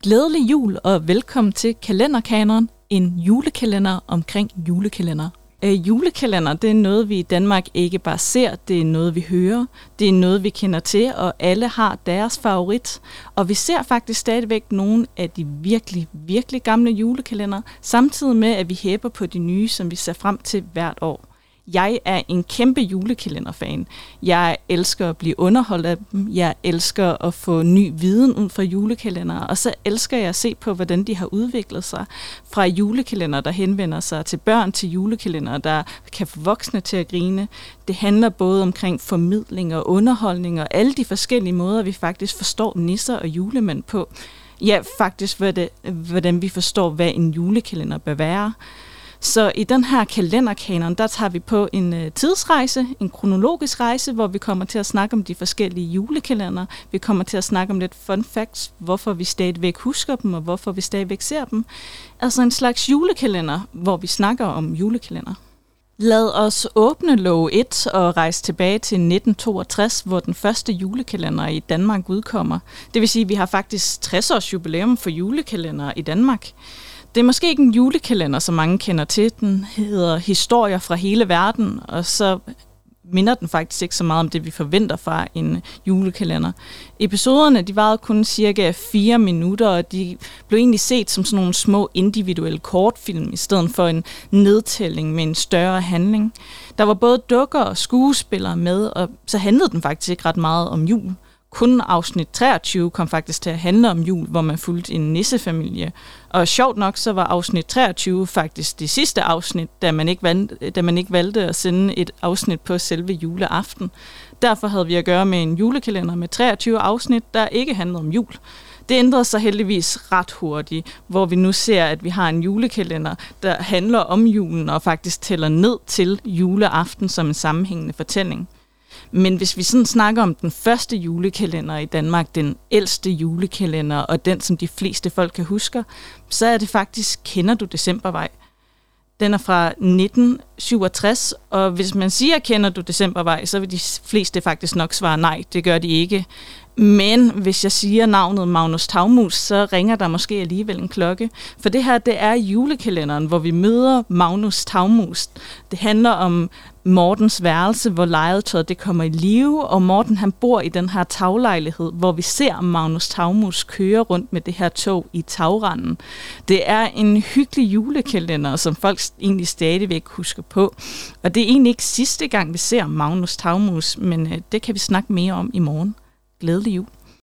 Glædelig jul og velkommen til Kalenderkanonen, en julekalender omkring julekalender. Julekalender, det er noget, vi i Danmark ikke bare ser, det er noget, vi hører, det er noget, vi kender til, og alle har deres favorit. Og vi ser faktisk stadigvæk nogle af de virkelig, virkelig gamle julekalender, samtidig med, at vi hæpper på de nye, som vi ser frem til hvert år. Jeg er en kæmpe julekalenderfan. Jeg elsker at blive underholdt af dem. Jeg elsker at få ny viden ud fra julekalender. Og så elsker jeg at se på, hvordan de har udviklet sig. Fra julekalender, der henvender sig til børn, til julekalender, der kan få voksne til at grine. Det handler både omkring formidling og underholdning og alle de forskellige måder, vi faktisk forstår nisser og julemænd på. Ja, faktisk hvordan vi forstår, hvad en julekalender bør være. Så i den her kalenderkanon, der tager vi på en tidsrejse, en kronologisk rejse, hvor vi kommer til at snakke om de forskellige julekalender. Vi kommer til at snakke om lidt fun facts, hvorfor vi stadigvæk husker dem, og hvorfor vi stadigvæk ser dem. Altså en slags julekalender, hvor vi snakker om julekalender. Lad os åbne låge 1 og rejse tilbage til 1962, hvor den første julekalender i Danmark udkommer. Det vil sige, at vi har faktisk 60 års jubilæum for julekalender i Danmark. Det er måske ikke en julekalender, som mange kender til. Den hedder Historier fra hele verden, og så minder den faktisk ikke så meget om det, vi forventer fra en julekalender. Episoderne, de varede kun cirka 4 minutter, og de blev egentlig set som sådan nogle små individuelle kortfilm, i stedet for en nedtælling med en større handling. Der var både dukker og skuespillere med, og så handlede den faktisk ikke ret meget om jul. Kun afsnit 23 kom faktisk til at handle om jul, hvor man fulgte en nissefamilie. Og sjovt nok, så var afsnit 23 faktisk det sidste afsnit, da man ikke valgte at sende et afsnit på selve juleaften. Derfor havde vi at gøre med en julekalender med 23 afsnit, der ikke handlede om jul. Det ændrede sig heldigvis ret hurtigt, hvor vi nu ser, at vi har en julekalender, der handler om julen og faktisk tæller ned til juleaften som en sammenhængende fortælling. Men hvis vi sådan snakker om den første julekalender i Danmark, den ældste julekalender og den, som de fleste folk kan huske, så er det faktisk Kender du Decembervej? Den er fra 1967, og hvis man siger, Kender du Decembervej, så vil de fleste faktisk nok svare nej, det gør de ikke. Men hvis jeg siger navnet Magnus Tavmus, så ringer der måske alligevel en klokke. For det her, det er julekalenderen, hvor vi møder Magnus Tavmus. Det handler om Mortens værelse, hvor legetøjet det kommer i live, og Morten han bor i den her taglejlighed, hvor vi ser Magnus Tavmus køre rundt med det her tog i tagranden. Det er en hyggelig julekalender, som folk egentlig stadigvæk husker på. Og det er egentlig ikke sidste gang, vi ser Magnus Tavmus, men det kan vi snakke mere om i morgen. Glædelig jul.